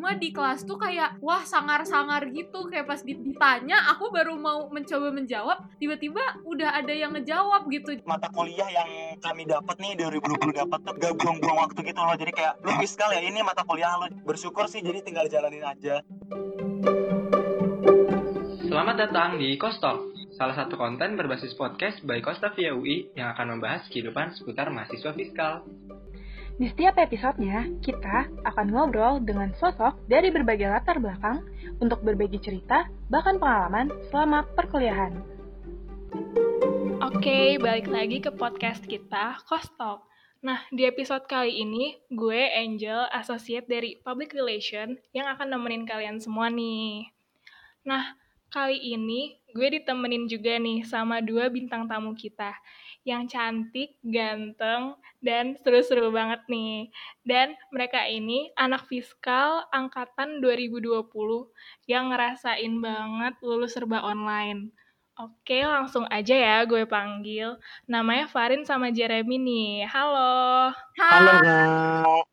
cuma di kelas tuh kayak wah sangar-sangar gitu, kayak pas ditanya aku baru mau mencoba menjawab tiba-tiba udah ada yang ngejawab gitu. Mata kuliah yang kami dapat nih 2020 dapat tuh gak buang-buang waktu gitu loh, jadi kayak lu fiskal ya ini mata kuliah lu, bersyukur sih, jadi tinggal jalanin aja. Selamat datang di Kostalk, salah satu konten berbasis podcast by Kosta via UI yang akan membahas kehidupan seputar mahasiswa fiskal. Di setiap episodenya, kita akan ngobrol dengan sosok dari berbagai latar belakang untuk berbagi cerita, bahkan pengalaman selama perkuliahan. Oke, balik lagi ke podcast kita, Kostalk. Nah, di episode kali ini, gue Angel, associate dari Public Relation, yang akan nemenin kalian semua nih. Nah, kali ini gue ditemenin juga nih sama dua bintang tamu kita, yang cantik, ganteng, dan seru-seru banget nih. Dan mereka ini anak fiskal angkatan 2020 yang ngerasain banget lulus serba online. Oke, langsung aja ya gue panggil. Namanya Farin sama Jeremy nih. Halo. Halo Kak.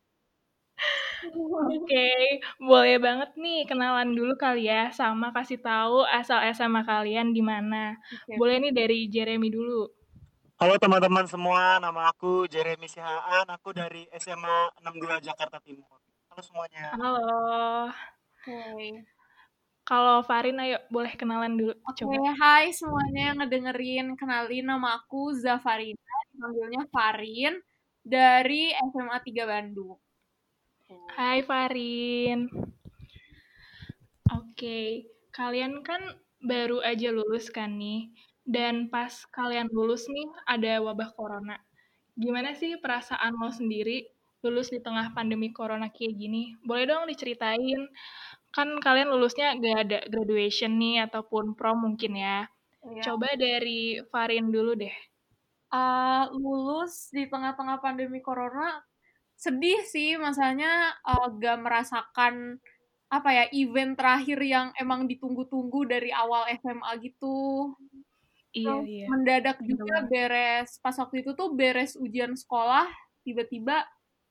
Oke, boleh banget nih kenalan dulu kali ya, sama kasih tahu asal SMA kalian di mana. Boleh nih dari Jeremy dulu. Halo teman-teman semua, nama aku Jeremy Sihaan, aku dari SMA 62 Jakarta Timur. Halo semuanya. Halo. Oke. Kalau Farin, ayo boleh kenalan dulu. Oke, hai semuanya yang ngedengerin, kenalin nama aku Zafarina, dipanggilnya Farin, dari SMA 3 Bandung. Hai Farin. Oke, kalian kan baru aja lulus kan nih, dan pas kalian lulus nih ada wabah corona. Gimana sih perasaan lo sendiri lulus di tengah pandemi corona kayak gini? Boleh dong diceritain, kan kalian lulusnya gak ada graduation nih ataupun prom mungkin ya. Coba dari Farin dulu deh. Lulus di tengah-tengah pandemi corona, sedih sih, masanya gak merasakan event terakhir yang emang ditunggu-tunggu dari awal SMA gitu. Iya, Terus iya. mendadak juga pas waktu itu tuh beres ujian sekolah, tiba-tiba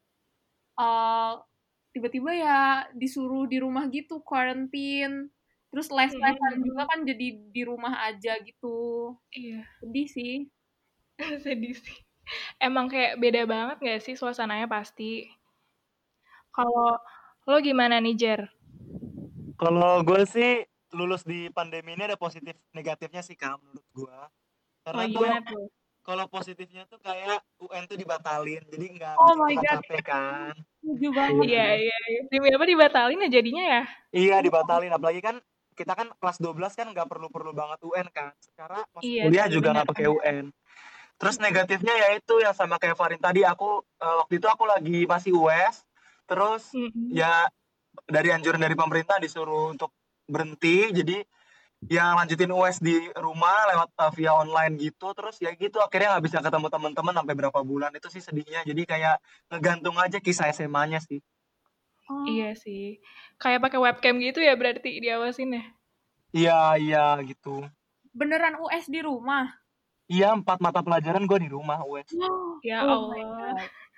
ya disuruh di rumah gitu, quarantine. Terus les-lesan juga kan jadi di rumah aja gitu. Iya. Sedih sih. Sedih sih. Emang kayak beda banget gak sih suasananya pasti? Kalau lo gimana nih, Jer? Kalau gue sih lulus di pandemi ini ada positif negatifnya sih Kak, menurut gue. Karena Gimana tuh? kalau positifnya tuh kayak UN tuh dibatalin, jadi nggak Oh bikin my kita God. capek kan. Setuju banget. Iya. Demi apa dibatalin ya jadinya ya? Iya dibatalin, apalagi kan kita kan kelas 12 kan nggak perlu banget UN kan. Sekarang masuk Iya kuliah sih, juga benar. nggak pakai UN. Terus negatifnya yaitu yang sama kayak Farin tadi, aku waktu itu aku lagi masih US, terus ya dari anjuran dari pemerintah disuruh untuk berhenti, jadi ya lanjutin US di rumah lewat via online gitu. Terus ya gitu akhirnya nggak bisa ketemu teman-teman sampai berapa bulan. Itu sih sedihnya, jadi kayak ngegantung aja kisah SMA-nya sih. Iya sih. Kayak pakai webcam gitu ya berarti diawasin ya? Iya gitu. Beneran US di rumah? Iya, 4 mata pelajaran gue di rumah US. Ya Allah.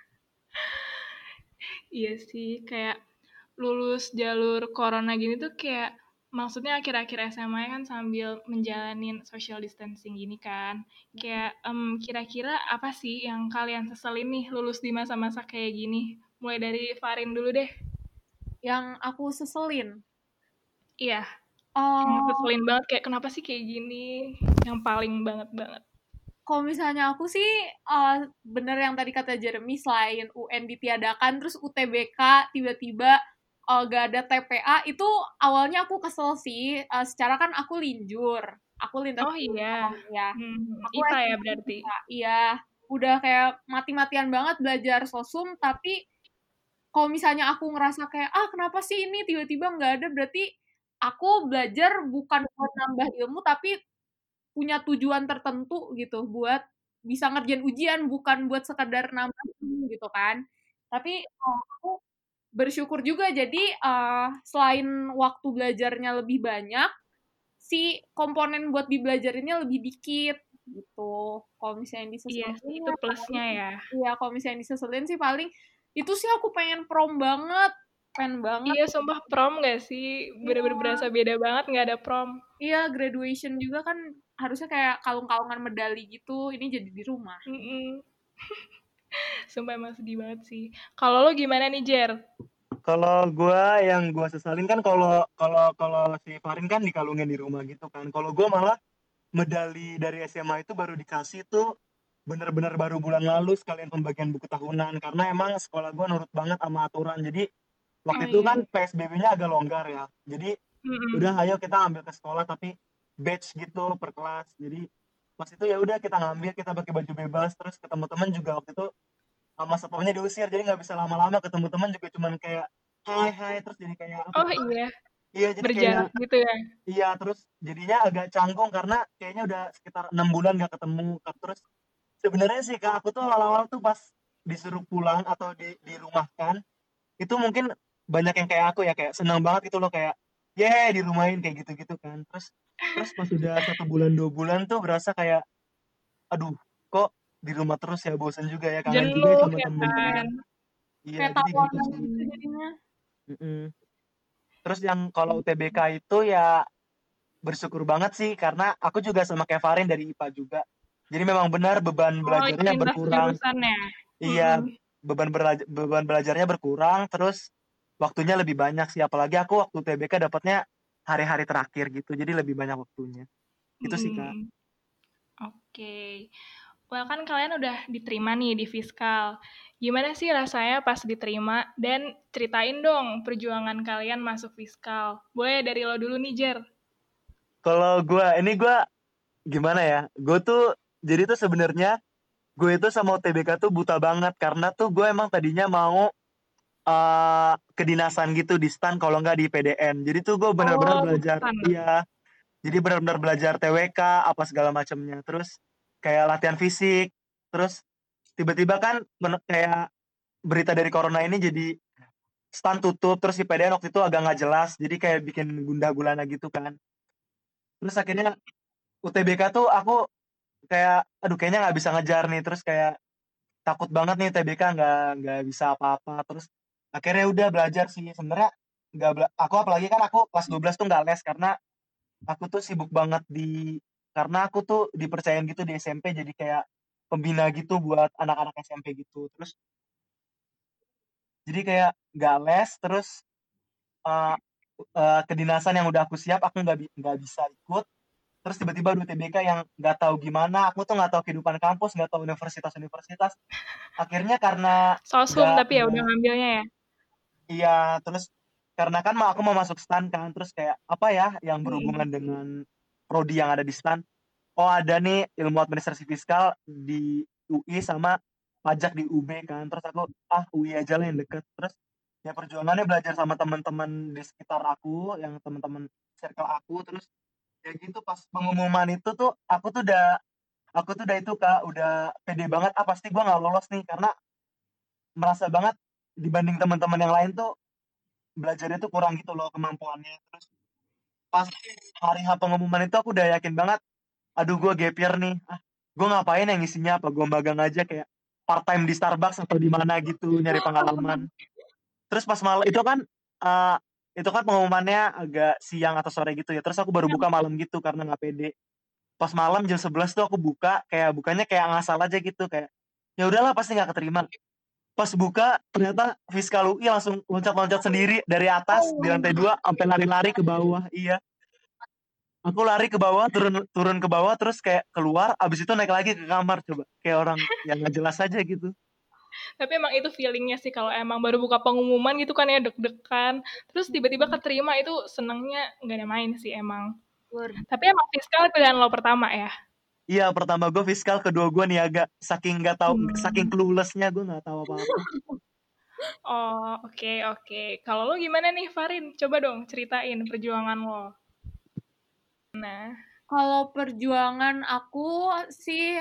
Iya sih, kayak lulus jalur corona gini tuh kayak maksudnya akhir-akhir SMA kan sambil menjalanin social distancing gini kan. Kayak kira-kira apa sih yang kalian seselin nih lulus di masa-masa kayak gini? Mulai dari Farin dulu deh. Yang aku seselin? Iya. Yang seselin banget kayak kenapa sih kayak gini? Yang paling banget. Kalau misalnya aku sih bener yang tadi kata Jeremy, selain UN ditiadakan, terus UTBK tiba-tiba gak ada TPA, itu awalnya aku kesel sih. Secara kan aku linjur, aku lintas. Oh iya. Ya. Aku IPA ya berarti. Iya, udah kayak mati-matian banget belajar sosum, tapi kalau misalnya aku ngerasa kayak kenapa sih ini tiba-tiba nggak ada, berarti aku belajar bukan buat nambah ilmu, tapi punya tujuan tertentu gitu buat bisa ngerjain ujian, bukan buat sekedar nambah ilmu gitu kan. Tapi aku bersyukur juga, jadi selain waktu belajarnya lebih banyak, si komponen buat dibelajarinnya lebih dikit gitu. Kalau misalnya diseselin, iya sih, itu plusnya ya. Iya, kalau misalnya diseselin sih paling itu sih aku pengen prom banget. Keren banget. Iya, sumpah prom gak sih? Bener-bener berasa beda banget gak ada prom. Iya, graduation juga kan harusnya kayak kalung-kalungan medali gitu, ini jadi di rumah. Sumpah emang sedih banget sih. Kalau lo gimana nih, Jer? Kalau yang gue sesalin kan kalau si Farin kan dikalungin di rumah gitu kan. Kalau gue malah medali dari SMA itu baru dikasih tuh bener-bener baru bulan lalu sekalian pembagian buku tahunan, karena emang sekolah gue nurut banget sama aturan. Jadi waktu itu kan PSBB-nya agak longgar ya, jadi udah ayo kita ambil ke sekolah tapi batch gitu per kelas. Jadi pas itu ya udah kita ngambil, kita pakai baju bebas, terus ketemu teman juga waktu itu sama satpamnya diusir, jadi nggak bisa lama-lama, ketemu teman juga cuman kayak hai terus jadi kayak oh iya jadi berjarak kayak gitu ya. Iya, terus jadinya agak canggung karena kayaknya udah sekitar 6 bulan gak ketemu. Terus sebenarnya sih Kak, aku tuh awal-awal tuh pas disuruh pulang atau dirumahkan, itu mungkin banyak yang kayak aku ya, kayak senang banget gitu loh, kayak dirumahin kayak gitu-gitu kan. Terus pas udah 1 bulan 2 bulan tuh berasa kayak aduh, kok di rumah terus ya, bosan juga ya, kangen juga Jenuh sama ya temen-temen. kan. Iya, Kayak jadi gitu tawanan sih. gitu jadinya. Terus yang kalau UTBK itu ya bersyukur banget sih, karena aku juga sama kayak Farin dari IPA juga. Jadi memang benar beban belajarnya lintas berkurang. jurusan ya. Iya, beban belajarnya berkurang, terus waktunya lebih banyak sih. Apalagi aku waktu UTBK dapatnya hari-hari terakhir gitu, jadi lebih banyak waktunya. Itu sih Kak. Oke. Well, kan kalian udah diterima nih di Fiskal. Gimana sih rasanya pas diterima? Dan ceritain dong perjuangan kalian masuk Fiskal. Boleh dari lo dulu nih, Jer. Kalau gue gimana ya? Jadi tuh sebenarnya gue itu sama UTBK tuh buta banget, karena tuh gue emang tadinya mau kedinasan gitu di STAN, kalau nggak di PDN. Jadi tuh gue benar-benar belajar. Iya. Jadi benar-benar belajar TWK apa segala macamnya. Terus kayak latihan fisik. Terus tiba-tiba kan kayak berita dari corona ini jadi STAN tutup, terus di PDN waktu itu agak nggak jelas, jadi kayak bikin gundah gulana gitu kan. Terus akhirnya UTBK tuh aku kayak aduh kayaknya nggak bisa ngejar nih, terus kayak takut banget nih UTBK nggak bisa apa-apa. Terus akhirnya udah belajar sih sebenarnya. Aku apalagi kan aku kelas 12 tuh nggak les, karena aku tuh sibuk banget karena aku tuh dipercayain gitu di SMP, jadi kayak pembina gitu buat anak-anak SMP gitu. Terus jadi kayak nggak les, terus kedinasan yang udah aku siap aku nggak bisa ikut. Terus tiba-tiba ada UTBK yang nggak tahu gimana, aku tuh nggak tahu kehidupan kampus, nggak tahu universitas. Akhirnya karena Sosum tapi ya udah ngambilnya ya. Iya, terus karena kan aku mau masuk STAN kan, terus kayak apa ya yang berhubungan dengan prodi yang ada di STAN. Oh ada nih ilmu administrasi fiskal di UI sama pajak di UB kan. Terus aku UI aja lah yang deket. Terus ya perjuangannya belajar sama teman-teman di sekitar aku, yang teman-teman circle aku. Terus ya gitu pas pengumuman itu tuh aku tuh udah itu Kak, udah pede banget pasti gue nggak lolos nih, karena merasa banget dibanding teman-teman yang lain tuh belajarnya tuh kurang gitu loh kemampuannya. Terus pas hari pengumuman itu aku udah yakin banget, aduh gue gap year nih, gue ngapain yang isinya apa, gue magang aja kayak part time di Starbucks atau di mana gitu nyari pengalaman. Terus pas malam itu kan pengumumannya agak siang atau sore gitu ya, terus aku baru buka malam gitu karena nggak pede. Pas malam jam 11 tuh aku bukanya kayak ngasal aja gitu, kayak ya udahlah pasti nggak keterima. Pas buka ternyata Fiskal UI langsung loncat-loncat sendiri dari atas di lantai 2 sampai lari-lari ke bawah. Iya, aku lari ke bawah, turun ke bawah, terus kayak keluar, abis itu naik lagi ke kamar, coba kayak orang yang nggak jelas aja gitu. Tapi emang itu feelingnya sih kalau emang baru buka pengumuman gitu kan ya, deg-degan, terus tiba-tiba keterima, itu senengnya nggak ada main sih emang. Tapi emang Fiskal pilihan lo pertama ya? Iya, pertama gue Fiskal, kedua gue niaga. Saking nggak tahu, saking cluelessnya gue nggak tahu apa-apa. Oh, oke. Kalau lo gimana nih, Farin? Coba dong ceritain perjuangan lo. Nah, kalau perjuangan aku sih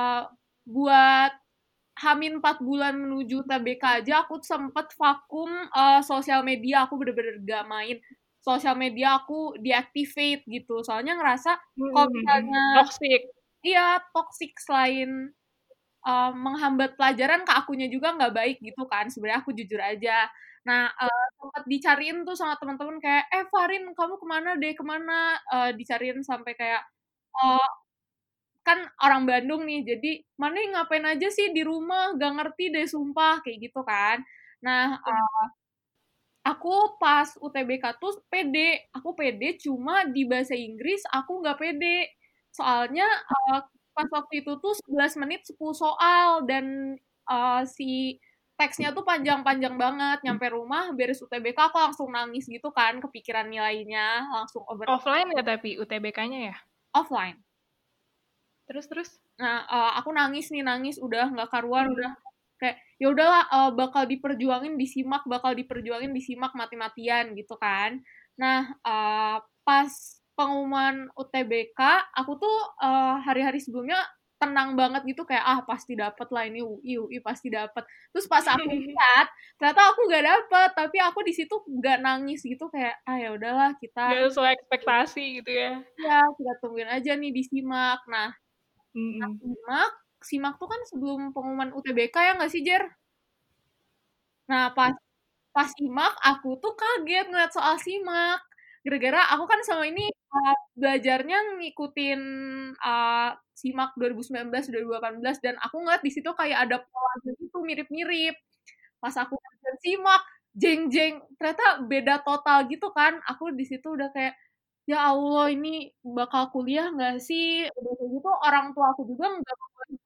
buat Hamin 4 bulan menuju TBK aja aku sempet vakum sosial media, aku bener-bener gak main sosial media, aku deactivate gitu, soalnya ngerasa kalau misalnya toxic. Iya, toxic. Selain menghambat pelajaran ke akunya juga nggak baik gitu kan, sebenarnya aku jujur aja. Nah, sempat dicariin tuh sama teman-teman kayak, Farin kamu kemana deh, kemana? Dicariin sampai kayak, kan orang Bandung nih, jadi mana ngapain aja sih di rumah, gak ngerti deh sumpah, kayak gitu kan. Nah, aku pas UTBK tuh pede, aku pede cuma di bahasa Inggris aku nggak pede. Soalnya pas waktu itu tuh 11 menit 10 soal dan si teksnya tuh panjang-panjang banget. Nyampe rumah beres UTBK aku langsung nangis gitu kan, kepikiran nilainya, langsung over. Offline ya tapi UTBK-nya ya? Offline. Terus? Nah, aku nangis udah nggak karuan, udah kayak ya udahlah, bakal diperjuangin disimak mati-matian gitu kan. Nah, pas pengumuman UTBK aku tuh hari-hari sebelumnya tenang banget gitu, kayak pasti dapet lah ini UI pasti dapet. Terus pas aku lihat ternyata aku nggak dapet, tapi aku di situ nggak nangis gitu, kayak ya udahlah kita nggak sesuai ekspektasi gitu ya. Ya kita tungguin aja nih disimak. Nah, simak tuh kan sebelum pengumuman UTBK ya nggak sih, Jer? Nah, pas simak, aku tuh kaget ngeliat soal simak. Gara-gara aku kan sama ini belajarnya ngikutin simak 2019-2018, dan aku ngeliat di situ kayak ada polanya gitu, mirip-mirip. Pas aku belajar simak, jeng-jeng, ternyata beda total gitu kan. Aku di situ udah kayak, ya Allah, ini bakal kuliah nggak sih? Udah kayak gitu, orang tua aku juga nggak ngebolehin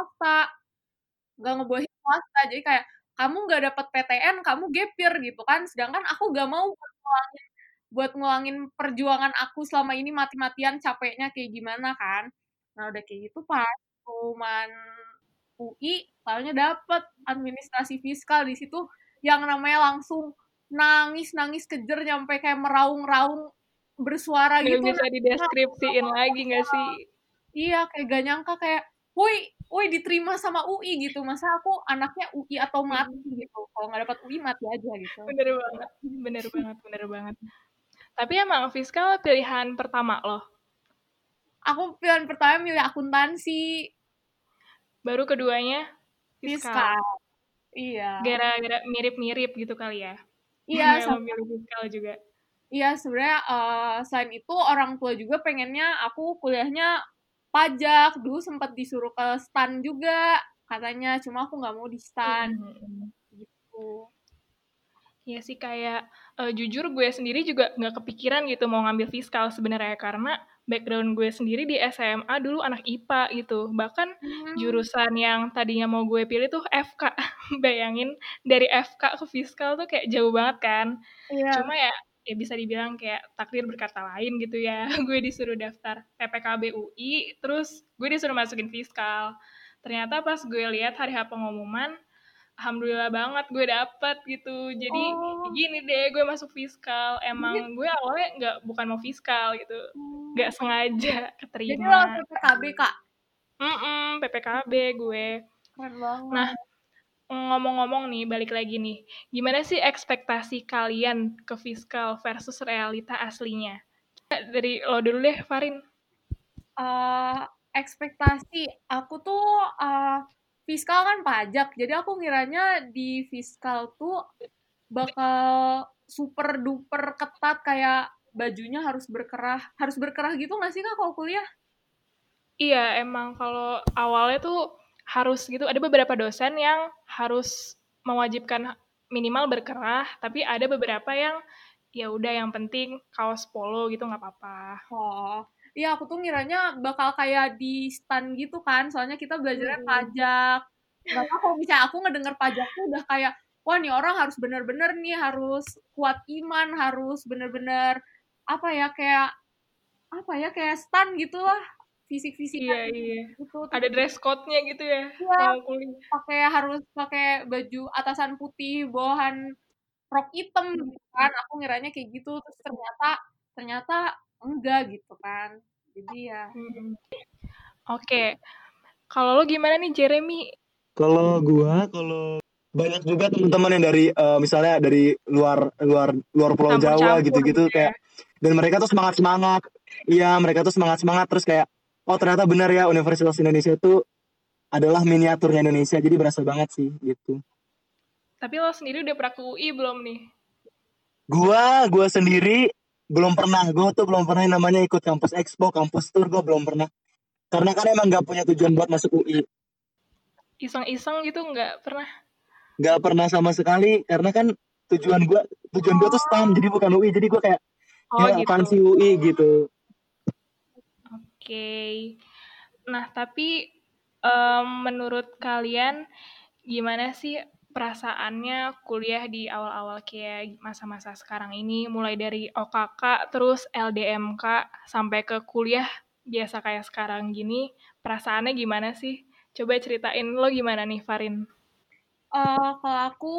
swasta. Jadi kayak, kamu nggak dapet PTN, kamu gap year gitu kan. Sedangkan aku nggak mau buat ngulangin perjuangan aku selama ini mati-matian capeknya kayak gimana kan. Nah udah kayak gitu pas pengumuman UI, soalnya dapet administrasi fiskal. Di situ yang namanya langsung nangis kejer nyampe kayak meraung-raung bersuara gitu. Gak bisa dideskripsiin lagi gak sih? Iya, kayak gak nyangka kayak, woi diterima sama UI gitu. Masa aku anaknya UI atau mati gitu. Kalau nggak dapat UI mati aja gitu. Bener banget. Tapi emang fiskal pilihan pertama loh. Aku pilihan pertama milih akuntansi. Baru keduanya fiskal. Iya. Gara-gara mirip-mirip gitu kali ya. Iya, sama milih fiskal juga. Iya, sebenarnya selain itu orang tua juga pengennya aku kuliahnya pajak. Dulu sempat disuruh ke STAN juga katanya, cuma aku nggak mau di STAN. Gitu. Ya sih, kayak jujur gue sendiri juga nggak kepikiran gitu mau ngambil fiskal sebenarnya, karena background gue sendiri di SMA dulu anak IPA gitu. Bahkan jurusan yang tadinya mau gue pilih tuh FK. Bayangin dari FK ke fiskal tuh kayak jauh banget kan. Iya. Cuma ya bisa dibilang kayak takdir berkata lain gitu ya. Gue disuruh daftar PPKB UI, terus gue disuruh masukin fiskal. Ternyata pas gue lihat hari pengumuman, alhamdulillah banget gue dapet gitu. Jadi gini deh, gue masuk fiskal. Emang gue awalnya bukan mau fiskal gitu, nggak sengaja keterima. Jadi lo PPKB, Kak? PPKB gue. Keren banget. Nah, ngomong-ngomong nih, balik lagi nih, gimana sih ekspektasi kalian ke fiskal versus realita aslinya? Dari lo dulu deh, Farin. Ekspektasi aku tuh fiskal kan pajak, jadi aku ngiranya di fiskal tuh bakal super duper ketat, kayak bajunya harus berkerah gitu nggak sih, Kak, kalau kuliah? Iya, emang kalau awalnya tuh harus gitu, ada beberapa dosen yang harus mewajibkan minimal berkerah, tapi ada beberapa yang ya udah yang penting kaos polo gitu nggak apa-apa. Iya, aku tuh ngiranya bakal kayak di STAN gitu kan, soalnya kita belajarnya pajak. Gak tau, kalau misalnya aku ngedenger pajak tuh udah kayak, wah nih orang harus bener-bener nih, harus kuat iman, harus bener-bener kayak STAN gitu lah, fisik-fisik. Iya. Gitu. Ada dress code-nya gitu ya. Iya, harus pakai baju atasan putih, bawahan rok hitam gitu kan. Aku ngiranya kayak gitu, terus ternyata enggak gitu kan. Jadi ya. Oke. Kalau lo gimana nih, Jeremy? Kalau banyak juga teman-teman yang dari misalnya dari luar Pulau Jawa gitu-gitu kayak, dan mereka tuh semangat. Iya, mereka tuh semangat terus kayak, oh ternyata benar ya Universitas Indonesia itu adalah miniaturnya Indonesia, jadi berasa banget sih gitu. Tapi lo sendiri udah pernah ke UI belum nih? Gua sendiri belum pernah. Gue tuh belum pernah yang namanya ikut kampus expo, kampus tour, gue belum pernah. Karena kan emang gak punya tujuan buat masuk UI. Iseng-iseng gitu nggak pernah? Gak pernah sama sekali, karena kan tujuan gue tuh STAM, jadi bukan UI. Jadi gue kayak, ya apaan gitu. sih UI gitu. Oke. Nah, tapi menurut kalian gimana sih perasaannya kuliah di awal-awal kayak masa-masa sekarang ini, mulai dari OKK, terus LDMK, sampai ke kuliah biasa kayak sekarang gini, perasaannya gimana sih? Coba ceritain lo gimana nih, Farin? Kalau aku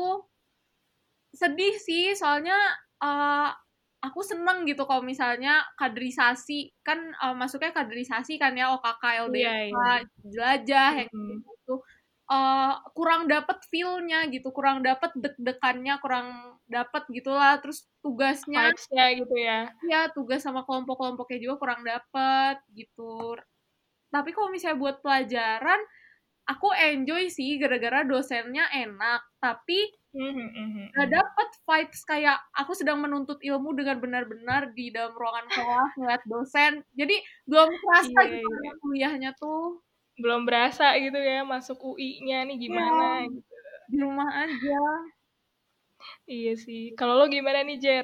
sedih sih, soalnya aku seneng gitu kalau misalnya kaderisasi, kan masuknya kaderisasi kan ya, OKK, LDMK, jelajah, yang gitu. Kurang dapet feel-nya gitu, kurang dapet deg-degannya, kurang dapet gitulah. Terus tugasnya, vibes-nya gitu ya. Ya, tugas sama kelompok-kelompoknya juga kurang dapet gitu. Tapi kalau misalnya buat pelajaran, aku enjoy sih gara-gara dosennya enak, tapi gak dapet vibes kayak aku sedang menuntut ilmu dengan benar-benar di dalam ruangan kelas ngeliat dosen. Jadi belum kerasa gitu kuliahnya tuh. Belum berasa gitu ya masuk UI-nya nih gimana gitu. Di rumah aja. Iya sih. Kalau lo gimana nih, Jer?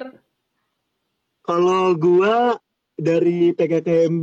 Kalau gua dari PKKMB,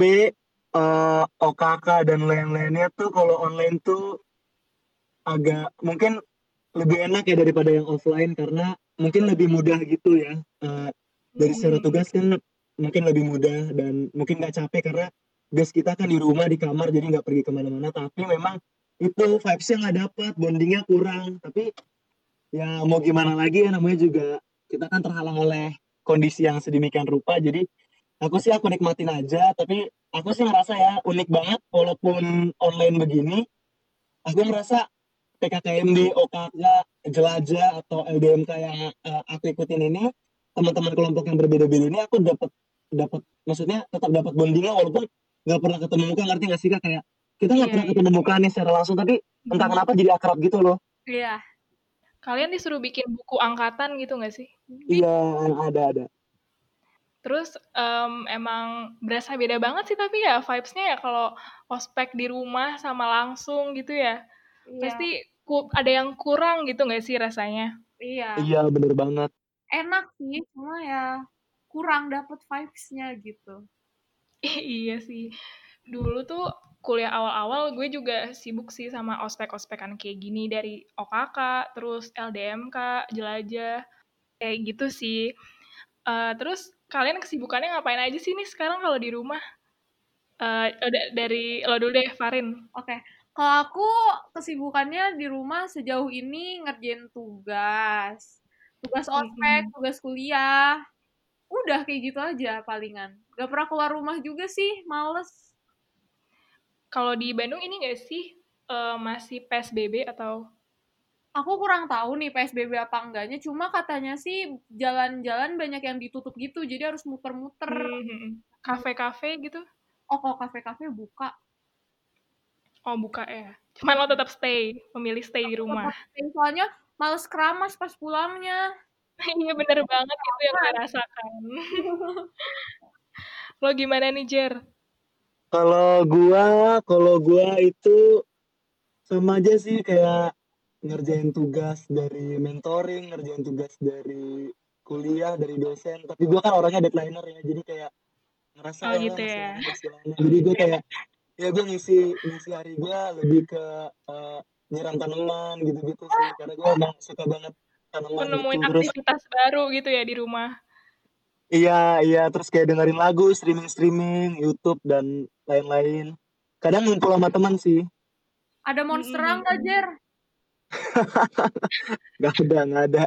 OKK dan lain-lainnya tuh kalau online tuh agak mungkin lebih enak ya daripada yang offline, karena mungkin lebih mudah gitu ya. Dari secara tugas kan mungkin lebih mudah dan mungkin nggak capek karena tugas kita kan di rumah di kamar, jadi nggak pergi kemana-mana. Tapi memang itu vibes-nya nggak dapat, bondingnya kurang. Tapi ya mau gimana lagi ya, namanya juga kita kan terhalang oleh kondisi yang sedemikian rupa. Jadi aku nikmatin aja. Tapi aku sih ngerasa ya unik banget walaupun online begini. Aku ngerasa PKKMB, OKK, jelajah atau LDMK yang aku ikutin ini, teman-teman kelompok yang berbeda-beda ini aku dapat maksudnya tetap dapat bondingnya walaupun nggak pernah ketemu muka. Ngerti nggak sih Kak, kayak kita nggak pernah ketemu muka nih secara langsung, tapi entah kenapa jadi akrab gitu loh. Iya. Kalian disuruh bikin buku angkatan gitu nggak sih? Iya, ada. Terus emang berasa beda banget sih, tapi ya vibes-nya ya kalau ospek di rumah sama langsung gitu ya. Pasti ada yang kurang gitu nggak sih rasanya? Iya, bener banget. Enak sih, cuma ya kurang dapet vibes-nya gitu. Iya sih. Dulu tuh kuliah awal-awal gue juga sibuk sih sama ospek-ospekan kayak gini, dari OKK, terus LDMK, jelajah, kayak gitu sih. Terus kalian kesibukannya ngapain aja sih nih sekarang kalau di rumah? Dari lo dulu deh, Farin. Oke. Kalau aku kesibukannya di rumah sejauh ini ngerjain tugas ospek, tugas kuliah. Udah kayak gitu aja palingan. Gak pernah keluar rumah juga sih, males. Kalau di Bandung ini nggak sih masih PSBB atau? Aku kurang tahu nih PSBB apa enggaknya, cuma katanya sih jalan-jalan banyak yang ditutup gitu, jadi harus muter-muter. Kafe-kafe gitu? Oh, kalau kafe-kafe buka. Oh, buka ya. Cuman lo tetap memilih stay di rumah. Soalnya males keramas pas pulangnya. Iya, bener banget itu yang saya rasakan. Lo gimana nih, Jer? Kalau gua itu sama aja sih, kayak ngerjain tugas dari mentoring, ngerjain tugas dari kuliah, dari dosen. Tapi gua kan orangnya deadlineer ya, jadi kayak ngerasa gitu ya. Jadi gue kayak ya gue ngisi hari gue lebih ke nyiram tanaman gitu sih, karena gue emang suka banget tanaman. Nemuin gitu. aktivitas baru gitu ya di rumah. Iya, terus kayak dengerin lagu, streaming YouTube dan lain-lain. Kadang ngumpul sama teman sih. Ada monsteran nggak, Jer? Nggak ada.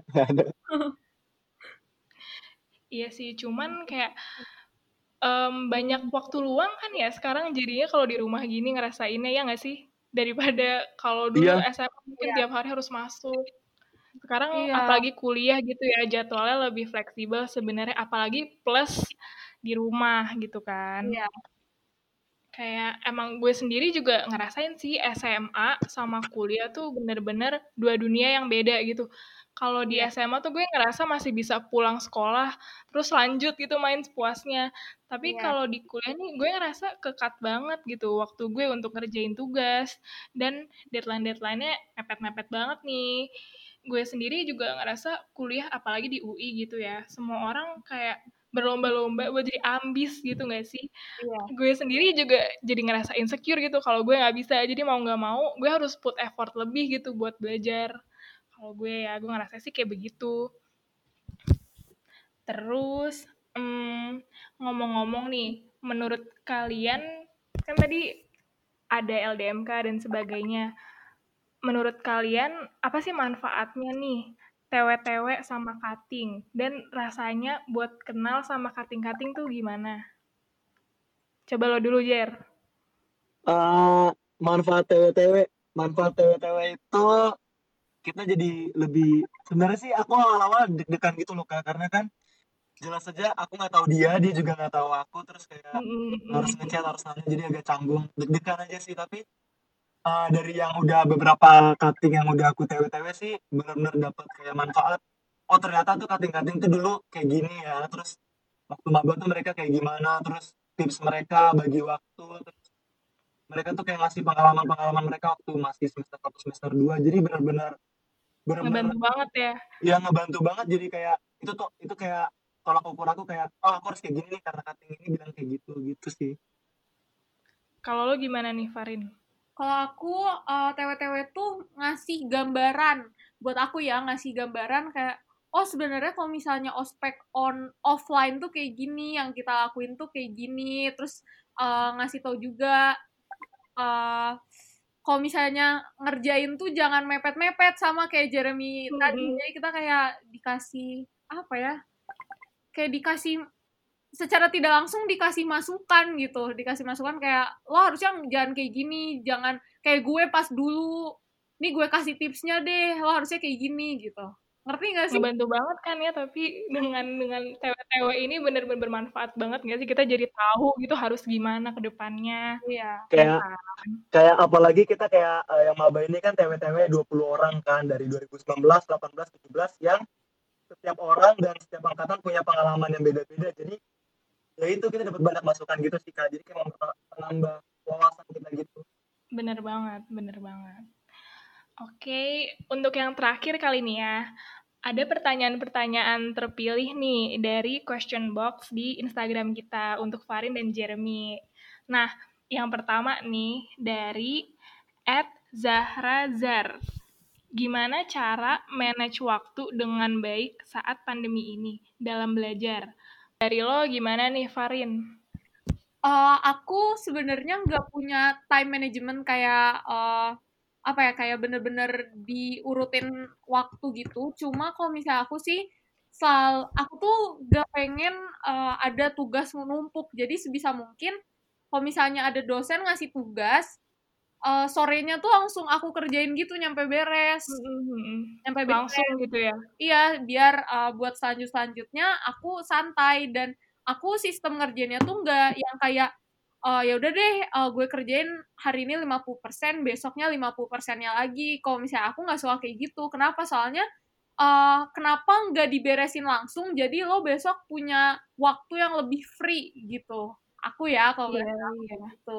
Iya sih, cuman kayak banyak waktu luang kan ya sekarang jadinya kalau di rumah gini ngerasainnya, ya nggak sih? Daripada kalau dulu SMA mungkin tiap hari harus masuk. Sekarang apalagi kuliah gitu ya, jadwalnya lebih fleksibel sebenarnya, apalagi plus di rumah gitu kan. Iya. Kayak emang gue sendiri juga ngerasain sih SMA sama kuliah tuh bener-bener dua dunia yang beda gitu. Kalau di SMA tuh gue ngerasa masih bisa pulang sekolah, terus lanjut gitu main sepuasnya. Tapi kalau di kuliah nih gue ngerasa kekat banget gitu waktu gue untuk ngerjain tugas. Dan deadline-deadline-nya mepet-mepet banget nih. Gue sendiri juga ngerasa kuliah apalagi di UI gitu ya. Semua orang kayak berlomba-lomba buat jadi ambis gitu gak sih? Gue sendiri juga jadi ngerasa insecure gitu kalau gue nggak bisa, jadi mau nggak mau gue harus put effort lebih gitu buat belajar. Kalau gue ya gue ngerasa sih kayak begitu. Terus ngomong-ngomong nih, menurut kalian kan tadi ada LDMK dan sebagainya. Menurut kalian apa sih manfaatnya nih TW-TW sama cutting, dan rasanya buat kenal sama cutting-cutting tuh gimana? Coba lo dulu, Jer. Manfaat TW-TW itu kita jadi lebih, sebenarnya sih aku awal-awal deg-degan gitu loh Kak, karena kan jelas saja aku nggak tahu dia juga nggak tahu aku, terus kayak harus ngechat, harus nanya, jadi agak canggung, deg-degan aja sih. Tapi dari yang udah beberapa cutting yang udah aku TW-TW sih benar-benar dapat kayak manfaat. Oh ternyata tuh cutting-cutting tuh dulu kayak gini ya, terus waktu maba tuh mereka kayak gimana, terus tips mereka bagi waktu, terus mereka tuh kayak ngasih pengalaman mereka waktu masih semester 1 semester 2, jadi benar-benar Ngebantu banget ya. ya ngebantu banget. Jadi kayak itu kayak tolak ukur aku, kayak oh aku harus kayak gini nih karena cutting ini bilang kayak gitu sih. Kalau lo gimana nih, Farin? Kalau aku TW-TW tuh ngasih gambaran buat aku ya, ngasih gambaran kayak oh sebenarnya kalau misalnya ospek offline tuh kayak gini, yang kita lakuin tuh kayak gini, terus ngasih tahu juga kalau misalnya ngerjain tuh jangan mepet-mepet sama kayak Jeremy tadi. Jadi kita kayak dikasih apa ya? Kayak dikasih secara tidak langsung dikasih masukan gitu, dikasih masukan kayak lo harusnya jangan kayak gini, jangan kayak gue pas dulu, nih gue kasih tipsnya deh, lo harusnya kayak gini gitu. Ngerti gak sih? Ngebantu banget kan ya, tapi dengan TW-TW ini benar-benar bermanfaat banget gak sih? Kita jadi tahu gitu harus gimana ke depannya. Iya. Kayak apalagi kita kayak yang maba ini kan TW-TW 20 orang kan dari 2019, 18, 17 yang setiap orang dan setiap angkatan punya pengalaman yang beda-beda. Jadi ya itu kita dapat banyak masukan gitu sih Kak. Jadi kayak menambah wawasan kita gitu. Bener banget. Oke, untuk yang terakhir kali ini ya, ada pertanyaan-pertanyaan terpilih nih dari question box di Instagram kita untuk Farin dan Jeremy. Nah, yang pertama nih dari @zahrazar. Gimana cara manage waktu dengan baik saat pandemi ini dalam belajar? Dari lo gimana nih, Farin? Aku sebenarnya nggak punya time management kayak apa ya, kayak bener-bener diurutin waktu gitu. Cuma kalau misalnya aku sih aku tuh gak pengen ada tugas menumpuk. Jadi sebisa mungkin kalau misalnya ada dosen ngasih tugas, sorenya tuh langsung aku kerjain gitu nyampe beres. Nyampe beres. Langsung gitu ya? Iya, biar buat selanjutnya aku santai, dan aku sistem ngerjainnya tuh nggak yang kayak ya udah deh gue kerjain hari ini 50%, besoknya 50%-nya lagi. Kalau misalnya aku nggak suka kayak gitu. Kenapa? Soalnya kenapa nggak diberesin langsung, jadi lo besok punya waktu yang lebih free gitu. Aku ya kalau gitu.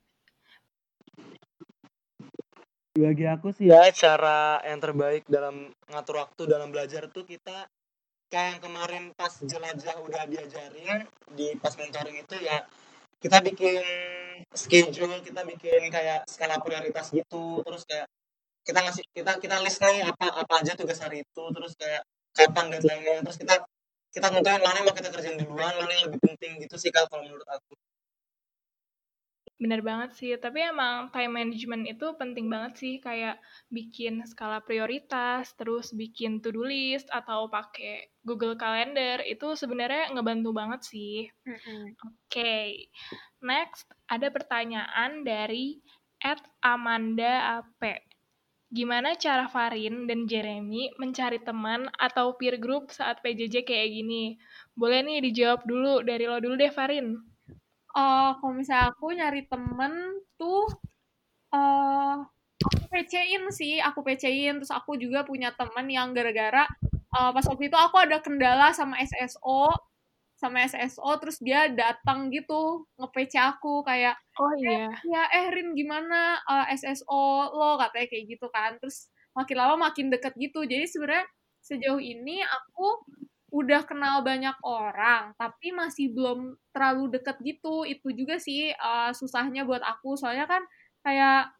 Bagi aku sih ya, cara yang terbaik dalam ngatur waktu dalam belajar tuh kita kayak yang kemarin pas jelajah udah diajarin di pas mentoring itu ya, kita bikin schedule, kita bikin kayak skala prioritas gitu, terus kayak kita list nih apa aja tugas hari itu, terus kayak kapan deadline-nya, terus kita nentuin mana yang mau kita kerjain duluan, mana yang lebih penting gitu sih kalau menurut aku. Bener banget sih, tapi emang time management itu penting banget sih, kayak bikin skala prioritas, terus bikin to-do list, atau pakai Google Calendar, itu sebenarnya ngebantu banget sih. Oke. Next, ada pertanyaan dari @amanda_ap. Gimana cara Farin dan Jeremy mencari teman atau peer group saat PJJ kayak gini? Boleh nih dijawab dulu, dari lo dulu deh, Farin. Kalau misalnya aku nyari temen tuh aku PC-in, terus aku juga punya temen yang gara-gara pas waktu itu aku ada kendala sama SSO terus dia datang gitu nge-PC aku kayak Rin gimana SSO lo katanya kayak gitu kan, terus makin lama makin deket gitu. Jadi sebenarnya sejauh ini aku udah kenal banyak orang tapi masih belum terlalu deket gitu. Itu juga sih susahnya buat aku, soalnya kan kayak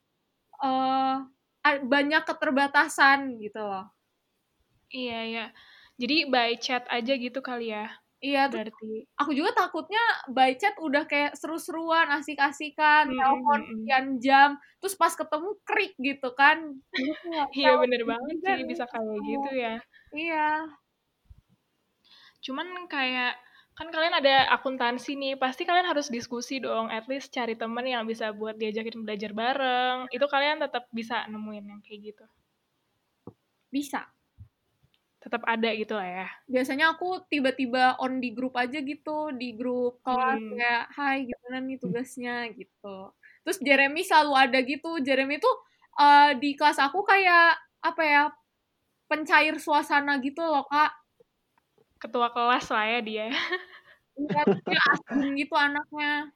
banyak keterbatasan gitu loh. Iya. Jadi by chat aja gitu kali ya? Iya, berarti. Aku juga takutnya by chat udah kayak seru-seruan, asik-asikan, telepon sekian jam, terus pas ketemu krik gitu kan. Iya bener banget sih bisa kayak gitu ya. Iya. Cuman kayak kan kalian ada akuntansi nih, pasti kalian harus diskusi dong, at least cari temen yang bisa buat diajakin belajar bareng. Itu kalian tetap bisa nemuin yang kayak gitu? Bisa. Tetap ada gitu lah ya? Biasanya aku tiba-tiba on di grup aja gitu, di grup kelas kayak, hai gimana nih tugasnya gitu. Terus Jeremy selalu ada gitu. Jeremy tuh di kelas aku kayak, apa ya, pencair suasana gitu loh, Kak. Ketua kelas lah ya dia. Iya, dia asing gitu anaknya.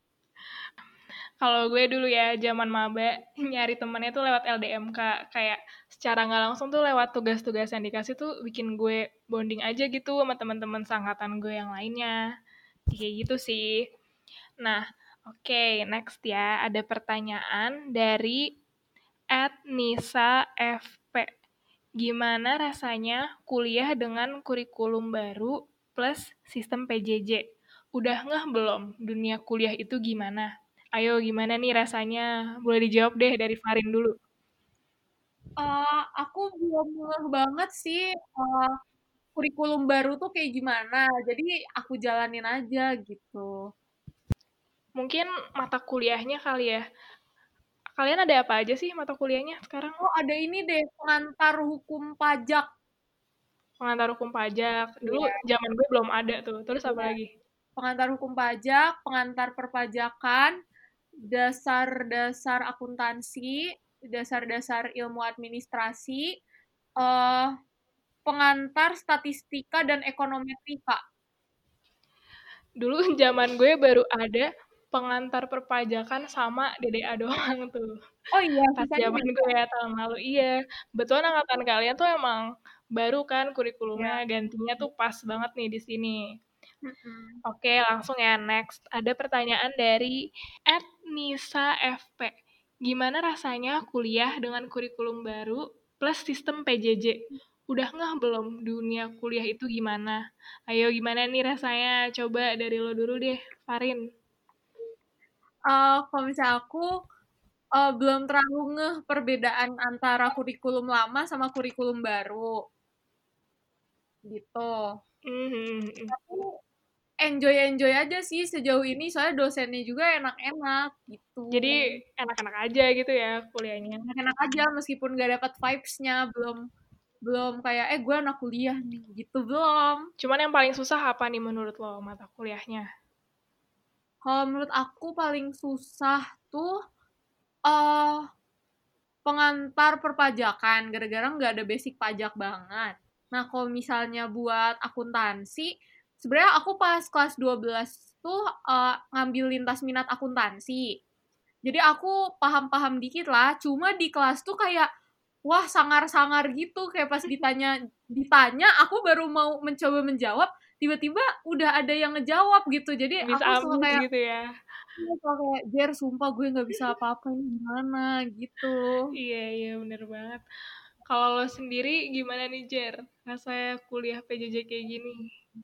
Kalau gue dulu ya, zaman maba, nyari temennya tuh lewat LDMK. Kayak secara nggak langsung tuh lewat tugas-tugas yang dikasih tuh bikin gue bonding aja gitu sama teman-teman seangkatan gue yang lainnya. Kayak gitu sih. Nah, oke, next ya. Ada pertanyaan dari @nisa_fp. Gimana rasanya kuliah dengan kurikulum baru plus sistem PJJ? Udah ngeh belum dunia kuliah itu gimana? Ayo, gimana nih rasanya? Boleh dijawab deh dari Farin dulu. Aku belum ngeh banget sih kurikulum baru tuh kayak gimana. Jadi aku jalanin aja gitu. Mungkin mata kuliahnya kali ya. Kalian ada apa aja sih mata kuliahnya sekarang? Oh, ada ini deh, pengantar hukum pajak. Pengantar hukum pajak. Dulu zaman gue belum ada tuh. Terus apa lagi? Pengantar hukum pajak, pengantar perpajakan, dasar-dasar akuntansi, dasar-dasar ilmu administrasi, pengantar statistika dan ekonometrika. Dulu zaman gue baru ada pengantar perpajakan sama DDA doang tuh. Oh iya, pas zaman gue ya tahun lalu. Iya, betul angkatan kalian tuh emang baru kan kurikulumnya, gantinya tuh pas banget nih di sini. Oke, langsung ya next. Ada pertanyaan dari @nisa_fp. Gimana rasanya kuliah dengan kurikulum baru plus sistem PJJ? Udah nggak belum dunia kuliah itu gimana? Ayo gimana nih rasanya? Coba dari lo dulu deh, Farin. Kalau misalnya aku belum terlalu ngeh perbedaan antara kurikulum lama sama kurikulum baru. Gitu. Tapi enjoy aja sih sejauh ini, soalnya dosennya juga enak-enak gitu. Jadi enak-enak aja gitu ya kuliahnya. Enak aja meskipun gak dapat vibes-nya, belum kayak gue anak kuliah nih gitu, belum. Cuman yang paling susah apa nih menurut lo mata kuliahnya? Kalau menurut aku paling susah tuh pengantar perpajakan, gara-gara nggak ada basic pajak banget. Nah, kalau misalnya buat akuntansi, sebenarnya aku pas kelas 12 tuh ngambil lintas minat akuntansi. Jadi aku paham-paham dikit lah, cuma di kelas tuh kayak wah sangar-sangar gitu, kayak pas ditanya aku baru mau mencoba menjawab, tiba-tiba udah ada yang ngejawab gitu. Jadi aku suka kayak gitu ya. Kayak Jer, sumpah gue nggak bisa apa-apa ini gimana gitu. Iya bener banget. Kalau lo sendiri gimana nih Jer? Rasanya kuliah PJJ kayak gini?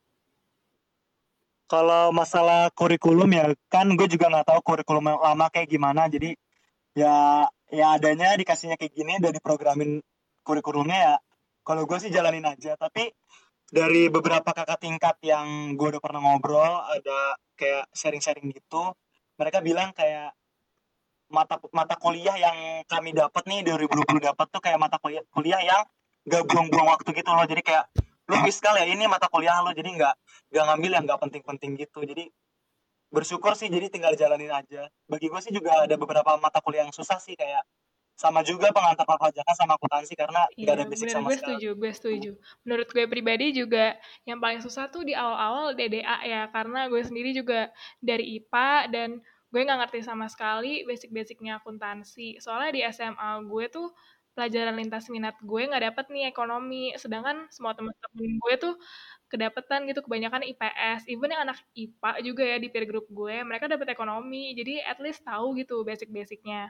Kalau masalah kurikulum ya kan gue juga nggak tahu kurikulum lama kayak gimana, jadi ya adanya dikasihnya kayak gini udah diprogramin kurikulumnya ya. Kalau gue sih jalanin aja, tapi dari beberapa kakak tingkat yang gue udah pernah ngobrol, ada kayak sharing-sharing gitu, mereka bilang kayak mata kuliah yang kami dapat nih 2020 dapat tuh kayak mata kuliah yang gak buang-buang waktu gitu loh. Jadi kayak lu fiskal ya ini mata kuliah lo, jadi nggak ngambil yang nggak penting-penting gitu. Jadi bersyukur sih, jadi tinggal jalanin aja. Bagi gue sih juga ada beberapa mata kuliah yang susah sih, kayak sama juga pengantar perpajakan sama akuntansi karena nggak ada basic sama sekali. Gue setuju. Menurut gue pribadi juga yang paling susah tuh di awal-awal DDA ya, karena gue sendiri juga dari IPA dan gue nggak ngerti sama sekali basic-basicnya akuntansi. Soalnya di SMA gue tuh pelajaran lintas minat gue nggak dapet nih ekonomi, sedangkan semua teman-teman gue tuh kedapetan gitu, kebanyakan IPS. Even yang anak IPA juga ya di peer group gue, mereka dapet ekonomi, jadi at least tahu gitu basic-basicnya.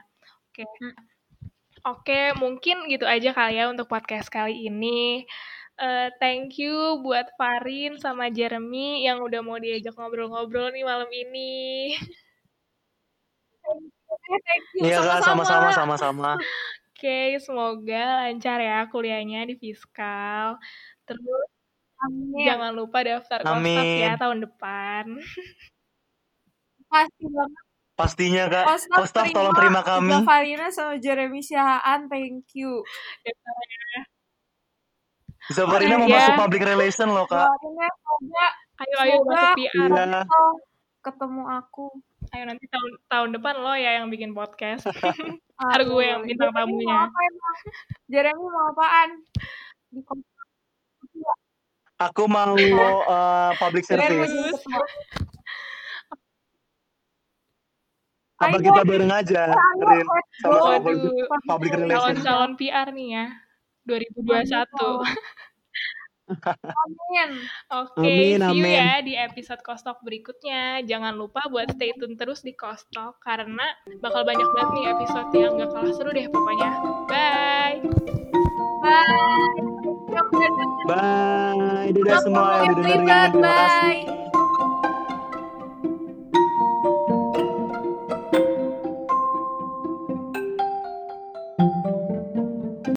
Oke, mungkin gitu aja kali ya untuk podcast kali ini. Thank you buat Farin sama Jeremy yang udah mau diajak ngobrol-ngobrol nih malam ini. Thank you. Iya Kak, sama-sama. Oke, semoga lancar ya kuliahnya di Fiskal. Terus jangan lupa daftar Kostaf ya tahun depan. Pasti banget. Pastinya Kak. Kostaf tolong terima kami. Farina sama Jeremy Sihaan, thank you. Bisa Farina mau masuk public relation loh Kak. Ayo masuk PR. Iya. Ketemu aku. Ayo nanti tahun depan lo ya yang bikin podcast. Ntar gue yang bintang tamunya. Jeremy mau apaan? Aku mau public service. Apa kita bareng aja, Rin, sama public relation. Calon PR nih ya, 2021. Amin. Oke, see you ya di episode Kostok berikutnya. Jangan lupa buat stay tune terus di Kostok, karena bakal banyak banget nih episode yang gak kalah seru deh pokoknya. Bye! Bye! Dadah semua yang udah dengerin. Terima kasih.